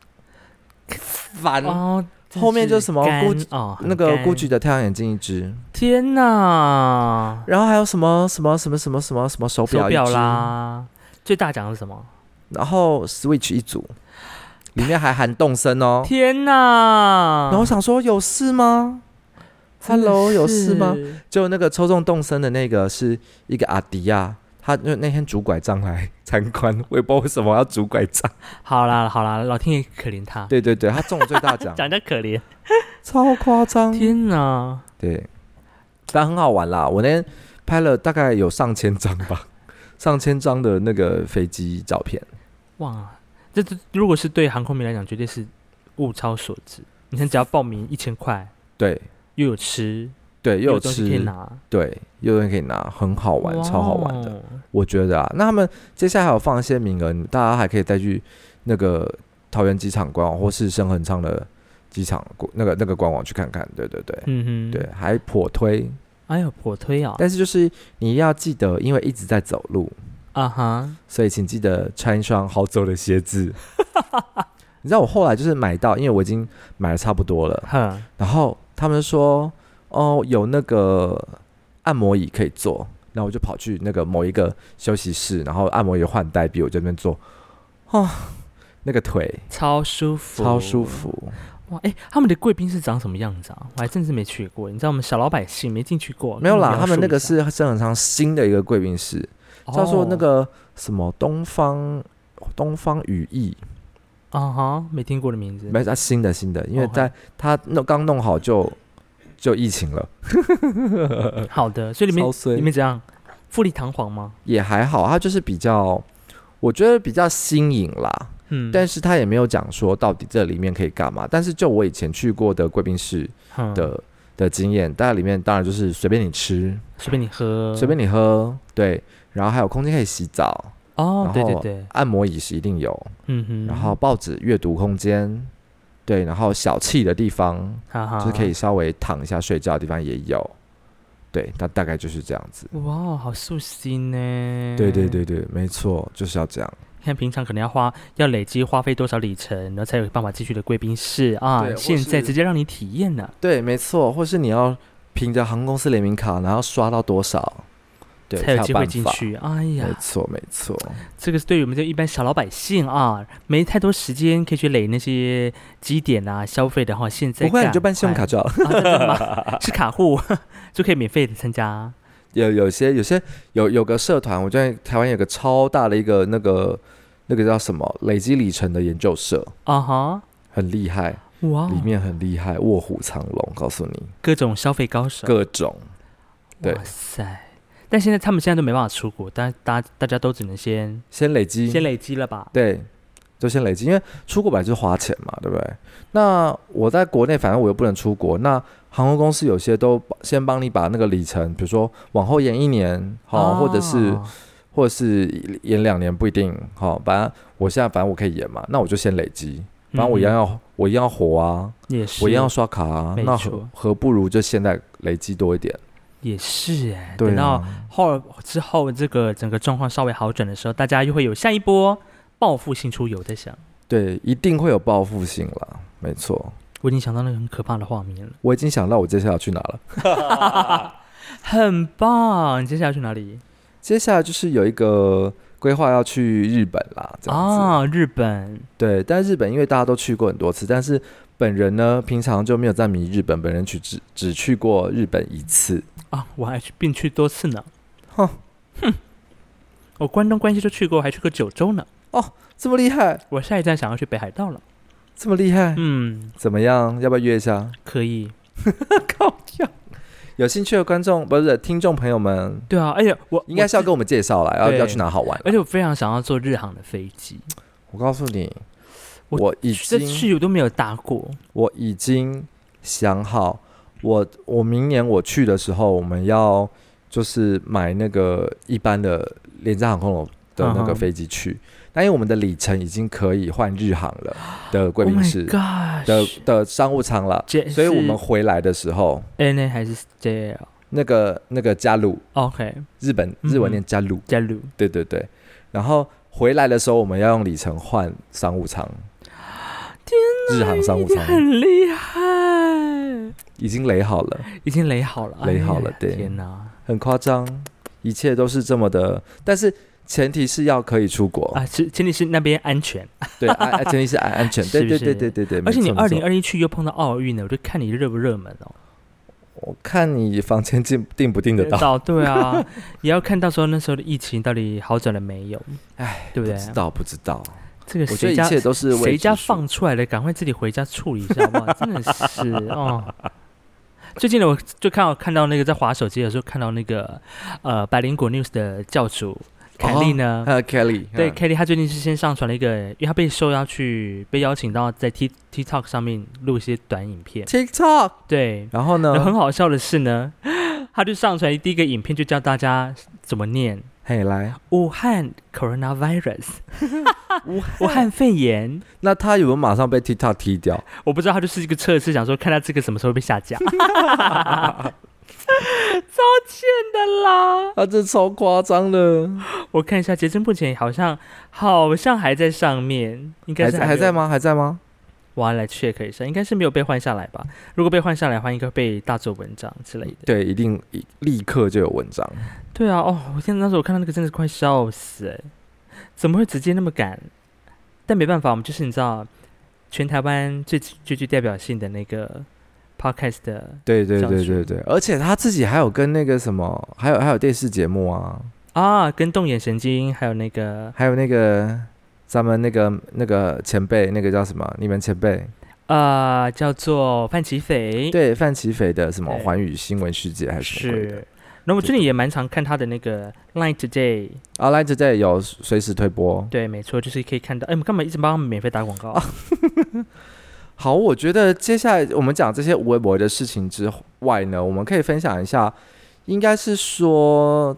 烦哦！后面就什么那个 GUCCI 的太阳眼镜一只， 天哪！ 然后还有什么手表啦，最大奖是什么？ 然后 Switch 一组，里面还含动森哦！ 天哪！ 然后我想说有事吗？Hello， 有事吗？就那个抽中动森的那个是一个阿迪亚，他就那天拄拐杖来参观，我也不知道为什么要拄拐杖。 好啦，老天爷可怜他。 对，他中了最大奖， 讲得可怜， 超夸张！ 天哪！对， 但很好玩啦。我那天拍了大概有上千张吧，上千张的那个飞机照片。哇，这如果是对航空迷来讲，绝对是物超所值。你看，只要报名1000块，对。又有吃，对，又有东西可以拿，对，又有人可以拿，很好玩，超好玩的，我觉得啊。那他们接下来还有放一些名额，大家还可以再去那个桃园机场官网或是深恒昌的机场那个官网去看看，对，对，还颇推，哎呦，颇推啊！但是就是你要记得，因为一直在走路所以请记得穿一双好走的鞋子。你知道我后来就是买到，因为我已经买了差不多了，然后他们说有那个按摩椅可以坐，然后我就跑去那个某一个休息室，然后按摩椅换代币，我就在那边坐，那个腿超舒服，哇！他们的贵宾室长什么样子啊？我还真是没去过，你知道我们小老百姓没进去过。没有啦，他们那个是深恒昌新的一个贵宾室，叫做那个什么东方羽翼。没听过的名字。没，它新的，因为在它刚弄好就疫情了。好的，所以里面怎样？富丽堂皇吗？也还好，它就是比较，我觉得比较新颖啦。但是他也没有讲说到底这里面可以干嘛。但是就我以前去过的贵宾室的经验，大概里面当然就是随便你吃，随便你喝，对，然后还有空间可以洗澡。对，按摩椅是一定有，然后报纸阅读空间，对，然后小憩的地方，就是可以稍微躺一下睡觉的地方也有，对，大概就是这样子。哇，好舒心呢！对，没错，就是要这样。看平常可能要累积花费多少里程，然后才有办法继续的贵宾室啊，现在直接让你体验了。对，没错，或是你要凭着航空公司联名卡，然后刷到多少。才有机会进去。哎呀，没错，这个是对于我们这一般小老百姓啊，没太多时间可以去累那些积点啊消费的话，现在不会你就办信用卡就好了。真的吗？是卡户就可以免费的参加。有些有个社团，我觉得台湾有个超大的一个那个叫什么累积里程的研究社很厉害哇，里面很厉害，卧虎藏龙，告诉你各种消费高手，各种对，哇塞。但他们现在都没办法出国，但大家都只能先累积了吧？对，就先累积，因为出国本来就是花钱嘛，对不对？那我在国内，反正我又不能出国，那航空公司有些都先帮你把那个里程，比如说往后延1年，或者是延2年，不一定，反正我现在反正我可以延嘛，那我就先累积，反正我一样要活啊，也是，我一样要刷卡啊，那何不如就现在累积多一点。也是等到之后这个整个状况稍微好转的时候，大家又会有下一波报复性出游在想。对，一定会有报复性啦，没错。我已经想到那个很可怕的画面了。我已经想到我接下来要去哪了。很棒，你接下来要去哪里？接下来就是有一个规划要去日本啦，这样子。日本。对，但是日本因为大家都去过很多次，但是本人呢，平常就没有在迷日本，本人只去过日本1次啊，我还并去多次呢。 哼， 我关东关西都去过，还去过九州呢。 哦，这么厉害！ 我下一站想要去北海道了。 这么厉害，怎么样？要不要约一下？ 可以。 靠跳！有兴趣的观众不是听众朋友们， 对啊，而且我应该是要跟我们介绍啦，要去哪好玩。 而且我非常想要坐日航的飞机。 我告诉你， 我已经去我都没有搭过。 我已经想好，我明年我去的时候，我们要就是买那个一般的廉价航空的那个飞机去。但因为我们的里程已经可以换日航了的贵宾室的商务舱了，所以我们回来的时候 ，ANA 还是 JL 那个加路 ，OK， 日文念加路，对对对。然后回来的时候，我们要用里程换商务舱， 天哪， 日航商务舱很厉害， 已经垒好了， 垒好了， 对， 天哪， 很夸张，一切都是这么的，但是。前提是要可以出国啊，前提是那边安全， 对，前提是安全，对对对对对对。 而且你2021去又碰到奥运呢，我就看你热不热门哦。 我看你房间订不订得到？ 对啊，也要看到时候那时候的疫情到底好转了没有， 哎， 对不对？ 不知道。 这个我觉得一切都是谁家放出来的，赶快自己回家处理一下好不好？真的是哦。最近呢，我就看到那个在滑手机的时候看到那个百灵果 News 的教主。凯莉呢 ？Kelly 对 Kelly， 她最近是先上传了一个，因为她被邀请到在 TikTok 上面录一些短影片。 TikTok 对， 然后呢？ 很好笑的是呢，她就上传第一个影片，就教大家怎么念。 嘿，来， 武汉 Coronavirus， 武汉肺炎。 那他有没有马上被 TikTok 踢掉？ 我不知道，他就是一个测试，想说看他这个什么时候被下架。超欠的啦！ 啊，这超夸张的。 我看一下，截至目前好像还在上面，应该是还在吗？还在吗？ 我要来 check 一下，应该是没有被换下来吧？如果被换下来的话，应该被大做文章之类的。 对，一定立刻就有文章。 对啊，哦，我天哪，那时候我看到那个真的快笑死哎！怎么会直接那么赶？但没办法，我们就是你知道，全台湾最具代表性的那个 podcast 的， 对，而且他自己还有跟那个什么，还有电视节目啊， 跟动眼神经，还有那个咱们那个前辈，那个叫什么？你们前辈叫做范琪斐， 对，范琪斐的什么环宇新闻世界还是什么鬼的？ 是。那我最近也蛮常看他的那个 Line Today Line Today 有随时推播， 对，没错，就是可以看到。我们干嘛一直帮他们免费打广告？ 好，我觉得接下来我们讲这些微博的事情之外呢，我们可以分享一下，应该是说，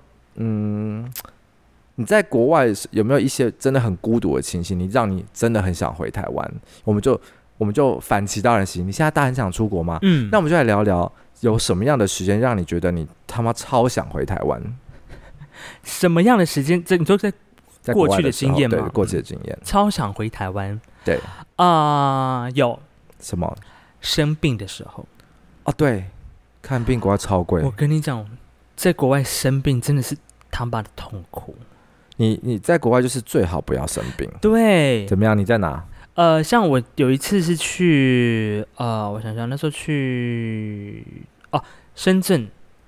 你在国外有没有一些真的很孤独的情形，让你真的很想回台湾？我们就反其道而行，你现在大家很想出国吗？那我们就来聊聊。有什么样的时间让你觉得你他妈超想回台湾？ 什么样的时间？你说在过去的经验吗？ 对，过去的经验。 超想回台湾。 对有什么？ 生病的时候。 对，看病国外超贵。 我跟你讲，在国外生病真的是他妈的痛苦。 你在国外就是最好不要生病。 对。 怎么样？你在哪？ 像我有一次是去我想想，那时候去深圳。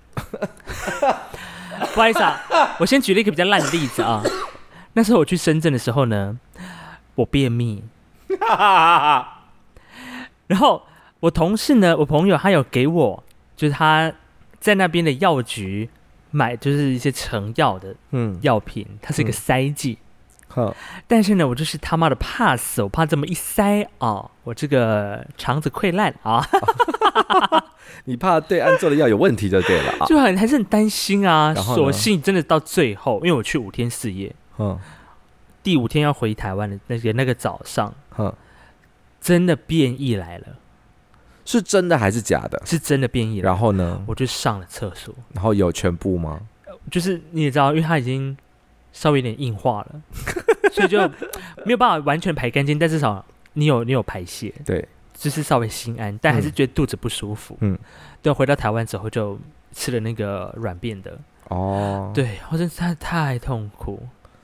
不好意思啊，我先举了一个比较烂的例子啊。那时候我去深圳的时候呢，我便秘，然后我同事呢，我朋友他有给我，就是他在那边的药局买，就是一些成药的药品，它是一个塞剂。但是呢，我就是他妈的怕死，我怕这么一塞我这个肠子溃烂你怕对岸做的药有问题就对了就还是很担心啊。所幸真的到最后，因为我去5天4夜，第5天要回台湾的那个早上，真的变异来了。 是真的还是假的？ 是真的变异了。 然后呢， 我就上了厕所。 然后有全部吗？ 就是你也知道，因为它已经稍微有点硬化了，所以就没有办法完全排干净，但至少你有排泄， 对， 就是稍微心安，但还是觉得肚子不舒服。对，回到台湾之后就吃了那个软便的。对，我真的太痛苦。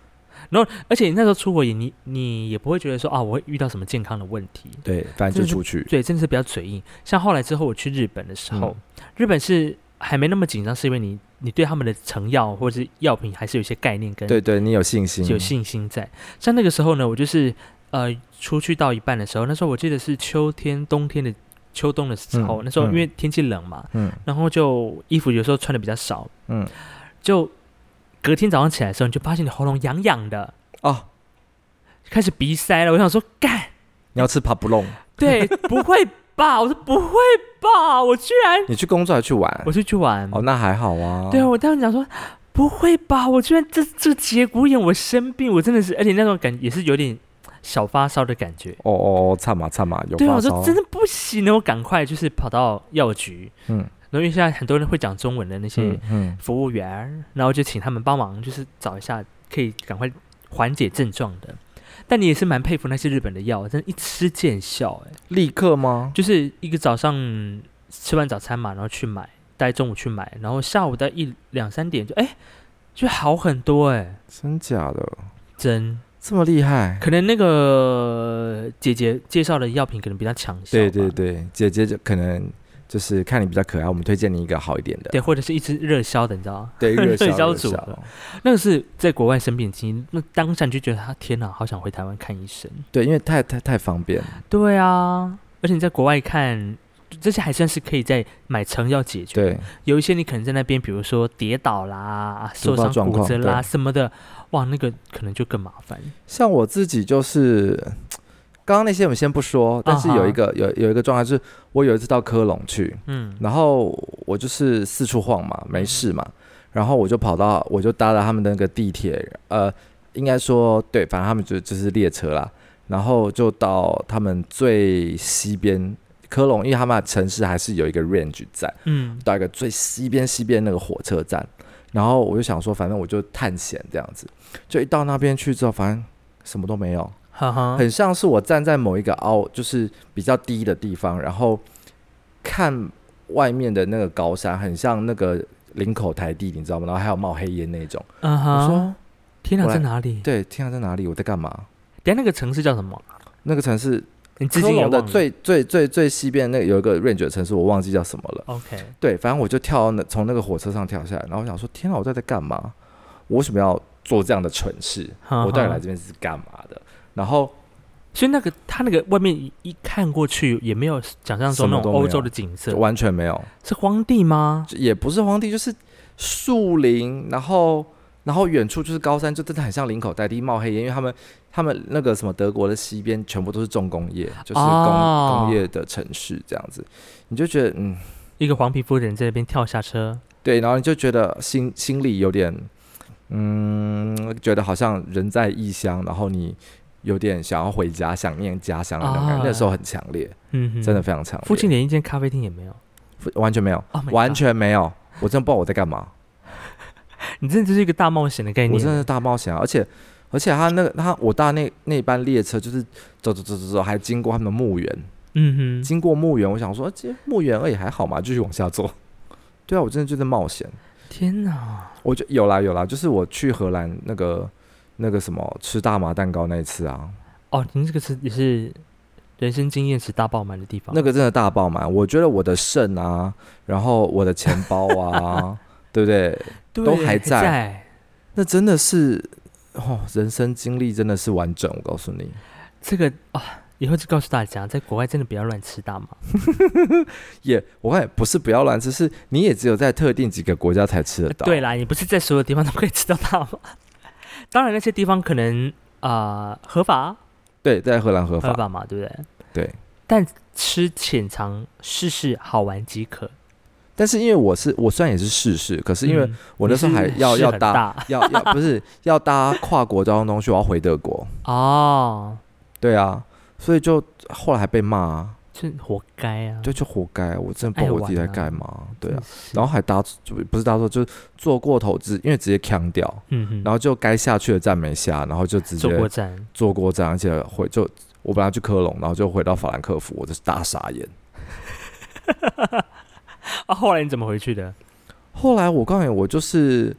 然后而且你那时候出国你也不会觉得说啊我会遇到什么健康的问题， 对，反正就出去。 对，真的是比较嘴硬。像后来之后我去日本的时候，日本是还没那么紧张，是因为你对他们的成药或者是药品还是有一些概念跟对，你有信心， 有信心在。像那个时候呢，我就是出去到一半的时候，那时候我记得是秋冬的时候，那时候因为天气冷嘛，然后就衣服有时候穿的比较少，就隔天早上起来的时候，你就发现你喉咙痒痒的哦， 开始鼻塞了。我想说，干， 你要吃帕布隆？ 对，不会吧？我说不会吧？我居然你去工作还去玩？ 我去玩哦，那还好啊。 对啊，我当时讲说，不会吧？我居然这个节骨眼我生病，我真的是，而且那种感也是有点小发烧的感觉。 差嘛有发烧。 对啊，我说真的不行了，我赶快就是跑到药局，然后因为现在很多人会讲中文的那些服务员，然后就请他们帮忙，就是找一下可以赶快缓解症状的。但你也是蛮佩服那些日本的药，真的，一吃见效， 立刻吗？ 就是一个早上吃完早餐嘛，然后去买，大概中午去买，然后下午的2-3点就好很多， 真假的？ 真这么厉害？ 可能那个姐姐介绍的药品可能比较强效。 对，姐姐就可能就是看你比较可爱，我们推荐你一个好一点的。 对，或者是一支热销的，你知道吗？ 对，热销组的。那个是在国外生病的经历，那当下你就觉得天哪，好想回台湾看医生。 对，因为太方便。 对啊，而且你在国外看这些还算是可以在买成药解决。 对， 有一些你可能在那边，比如说跌倒啦、受伤骨折啦什么的，哇，那个可能就更麻烦。 像我自己就是刚刚那些我们先不说，但是有一个状态就是，我有一次到科隆去，然后我就是四处晃嘛，没事嘛，然后我就搭了他们的那个地铁，应该说对，反正他们就是列车啦，然后就到他们最西边。科隆，因为他们的城市还是有一个 range 在，到一个最西边那个火车站，然后我就想说，反正我就探险这样子，就一到那边去之后，反正什么都没有，很像是我站在某一个就是比较低的地方，然后看外面的那个高山，很像那个林口台地，你知道吗？然后还有冒黑烟那种。我说天哪，在哪里？ 对，天哪，在哪里？我在干嘛？ 等一下那个城市叫什么？那个城市。 科隆的最西边那个有一个 range 的城市，我忘记叫什么了。 OK， 对，反正我就从那个火车上跳下来，然后我想说，天哪，我在干嘛？我为什么要做这样的蠢事？我到底来这边是干嘛的？然后， 所以他那个外面一看过去，也没有想象中那种欧洲的景色， 完全没有。 是荒地吗？ 也不是荒地，就是树林，然后远处就是高山，就真的很像林口台地冒黑烟，因为他们那个什么德国的西边全部都是重工业，就是工业的城市这样子，你就觉得一个黄皮肤的人在那边跳下车， 对，然后你就觉得心里有点觉得好像人在异乡，然后你有点想要回家，想念家乡的那种感觉，那时候很强烈，真的非常强烈。 附近连一间咖啡厅也没有， 完全没有，完全没有，我真的不知道我在干嘛。 你真的就是一个大冒险的概念， 我真的是大冒险，而且我搭那班列车就是走，还经过他们的墓园，经过墓园，我想说，这墓园而已还好嘛，继续往下走。对啊，我真的就在冒险。 天哪！ 我就有啦，就是我去荷兰那个什么吃大麻蛋糕那一次啊。 哦，您这个也是人生经验值大爆满的地方。 那个真的大爆满，我觉得我的肾啊，然后我的钱包啊，对不对？都还在。那真的是人生经历真的是完整。我告诉你， 这个以后就告诉大家，在国外真的不要乱吃大麻。 我看不是不要乱吃，是你也只有在特定几个国家才吃得到。 对啦，你不是在所有地方都可以吃到大麻。当然，那些地方可能合法。对， 在荷兰合法嘛，对不对？ 对。但吃浅尝试试，好玩即可。 但是因为我虽然也是试试，可是因为我那时候还要搭不是要搭跨国交通工具，我要回德国。对啊，所以就后来还被骂啊， 就活该啊！ 就活该，我真的不知道我自己在干嘛。对啊，然后还不是搭错，就是坐过头因为直接呛掉，然后就该下去的站没下，然后就直接坐过站，而且我本来去科隆，然后就回到法兰克福，我就是大傻眼。后来你怎么回去的？ 后来我告诉你，我就是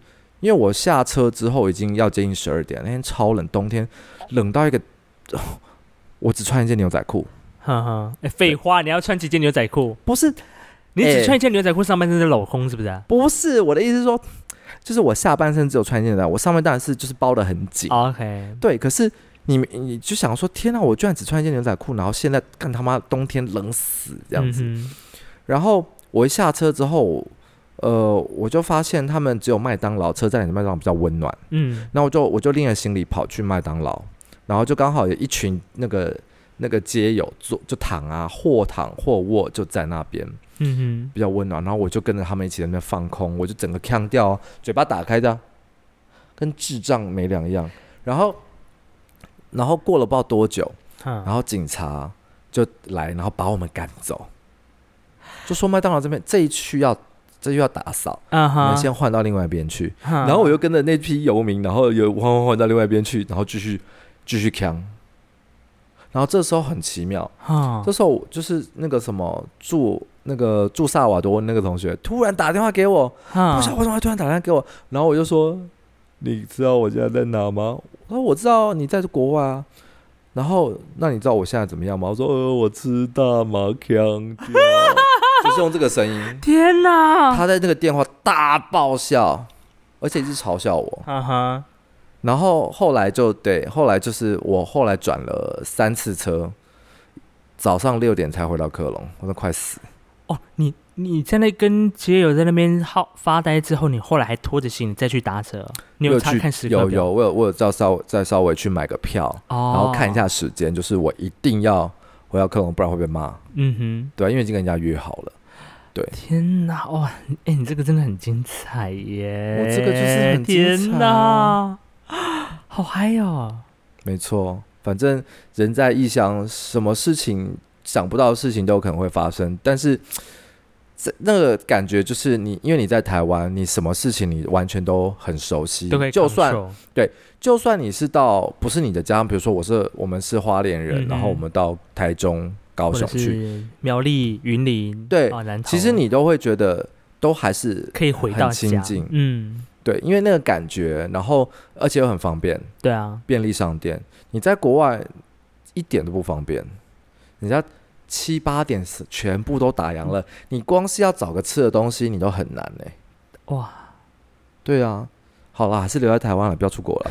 因为我下车之后已经要接近12点，那天超冷，冬天冷到一个，我只穿一件牛仔裤。 哈哈，废话，你要穿几件牛仔裤？ 不是， 你只穿一件牛仔裤，上半身是镂空，是不是啊？ 不是，我的意思是说，就是我下半身只有穿一件牛仔，我上面当然是就是包得很紧。 OK， 对，可是你就想说，天哪，我居然只穿一件牛仔裤，然后现在干他妈冬天冷死这样子。然后我一下车之后，我就发现他们只有麦当劳车站里的麦当劳比较温暖。然后我就拎着行李跑去麦当劳，然后就刚好有一群那个街友就躺啊，或躺或卧就在那边，比较温暖。然后我就跟着他们一起在那边放空，我就整个呛掉，嘴巴打开的，跟智障没两样。然后过了不知道多久，然后警察就来，然后把我们赶走，就说麦当劳这一区要打扫，你们先换到另外一边去。然后我又跟着那批游民，然后又换到另外一边去，然后继续呛。然后这时候很奇妙，这时候就是那个什么住萨瓦多那个同学突然打电话给我，不晓得为什么突然打电话给我，然后我就说：“你知道我现在在哪吗？”我说：“我知道你在国外啊。”然后那你知道我现在怎么样吗？我说：“我吃大麻呛掉。”就是用这个声音。 天哪！ 他在那个电话大爆笑，而且一直嘲笑我。然后后来就是我后来转了3次车，早上6点才回到科隆，我都快死。 哦，你在那跟街友在那边发呆之后，你后来还拖着行李再去搭车？你有查看时刻表？ 我有再稍微去买个票，然后看一下时间，就是我一定要回到科隆，不然会被骂。对，因为已经跟人家约好了。对， 天哪，哇，你这个真的很精彩耶！ 我这个就是很精彩。 天哪，好嗨哦！ 没错，反正人在异乡，什么事情想不到的事情都有可能会发生。但是那个感觉就是因为你在台湾，你什么事情你完全都很熟悉， 都可以就算你是到不是你的家，比如说我们是花莲人，然后我们到台中、高雄去， 苗栗、云林， 对，其实你都会觉得都还是可以回到家， 很亲近。对，因为那个感觉，然后而且又很方便。 对啊，便利商店，你在国外一点都不方便，人家7、8点全部都打烊了，你光是要找个吃的东西，你都很难欸。哇，对啊，好啦，还是留在台湾了，不要出国了。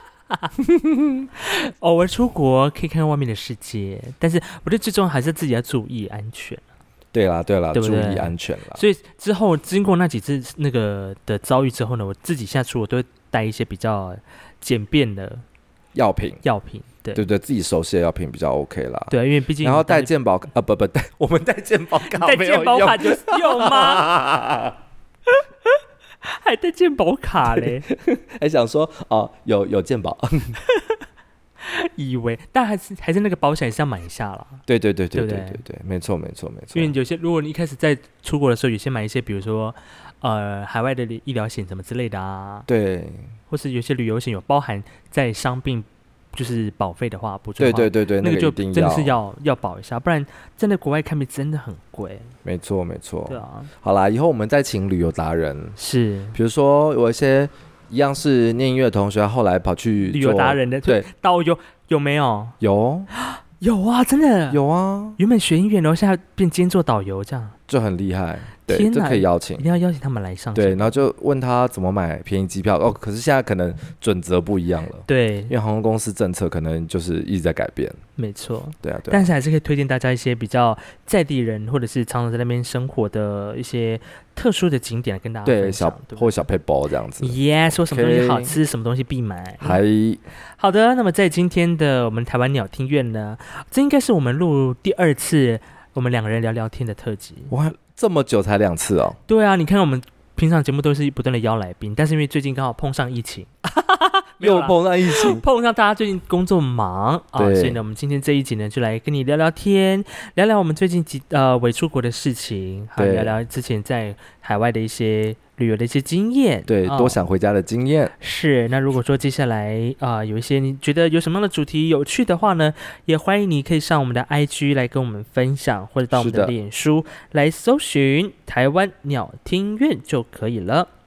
偶尔出国可以看看外面的世界，但是我觉得最重要还是自己要注意安全。 对啦，对不对？ 注意安全啦。 所以之后经过那几次那个的遭遇之后呢，我自己现在出国都会带一些比较简便的药品，对， 自己熟悉的药品比较 OK 啦。 对，因为毕竟然后带健保我们带健保卡没有用， 带健保卡就是用吗？还带健保卡嘞？ 还想说有健保。 以为，但还是那个保险也是要买一下啦。对， 没错。 因为有些，如果你一开始在出国的时候，有些买一些，比如说海外的医疗险什么之类的啊， 对， 或是有些旅游险有包含在伤病就是保费的话，补助的话， 对， 那个就真的是要保一下，不然真的国外看病真的很贵。 没错。 对啊， 好啦，以后我们再请旅游达人， 是， 比如说有一些。一样是念音乐的同学，后来跑去旅游达人的，对，导游有没有？有啊，真的有啊。 原本学音乐，然后现在变兼做导游，这样就很厉害。对，这可以邀请， 一定要邀请他们来上。 对，然后就问他怎么买便宜机票哦。可是现在可能准则不一样了。对，因为航空公司政策可能就是一直在改变。 没错， 对啊。 但是还是可以推荐大家一些比较在地人或者是常常在那边生活的一些特殊的景点跟大家分享。对， 或小配包这样子。 Yes， 说什么东西好吃，什么东西必买。好的，那么在今天的我们台湾鸟听院呢，这应该是我们录第2次我们2个人聊聊天的特辑。 哇，这么久才2次哦？ 对啊，你看我们平常节目都是不断的邀来宾，但是因为最近刚好碰上疫情， 又碰上疫情， 碰上大家最近工作忙啊，所以呢，我们今天这一集呢，就来跟你聊聊天，聊聊我们最近伪出国的事情，还有聊聊之前在海外的一些旅游的一些经验， 对，多想回家的经验。 是，那如果说接下来有一些你觉得有什么样的主题有趣的话呢，也欢迎你可以上我们的 IG 来跟我们分享，或者到我们的脸书来搜寻台湾鸟听院就可以了。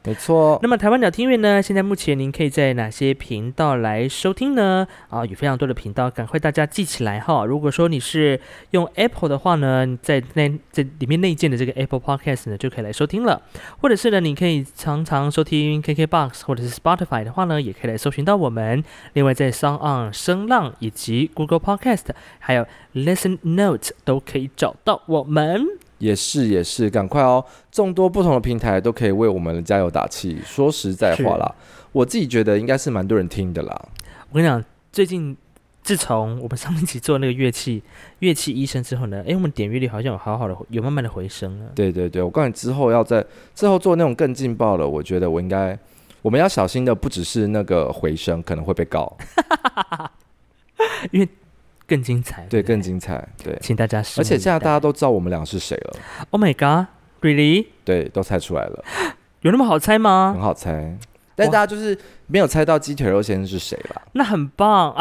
没错。 那么台湾鸟听院呢，现在目前您可以在哪些频道来收听呢？有非常多的频道，赶快大家记起来哈。如果说你是用 Apple 的话呢，在里面内建的这个 Apple Podcast 呢，就可以来收听了。或者是呢，你可以常常收听 KKBOX 或者是 Spotify 的话呢，也可以来搜寻到我们。另外在 SoundOn 声浪以及 Google Podcast 还有 Listen Note 都可以找到我们。 也是，赶快哦！众多不同的平台都可以为我们加油打气。说实在话啦，我自己觉得应该是蛮多人听的啦。 我跟你讲，最近自从我们上一集做那个乐器医生之后呢，我们点阅率好像有慢慢的回升了。 对，我告诉你，之后做那种更劲爆的，我觉得我们要小心的，不只是那个回声可能会被告， 因为更精彩， 对，更精彩，对， 请大家拭目以待。 而且现在大家都知道我们俩是谁了。 Oh my god, really？ 对，都猜出来了。 有那么好猜吗？ 很好猜，但大家就是没有猜到鸡腿肉先生是谁啦。 那很棒。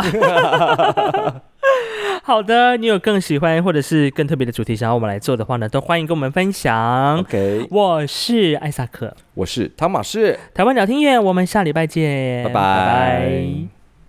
好的，你有更喜欢或者是更特别的主题想要我们来做的话呢，都欢迎跟我们分享。 OK， 我是艾萨克， 我是汤马士， 台湾鸟听院，我们下礼拜见， 拜拜。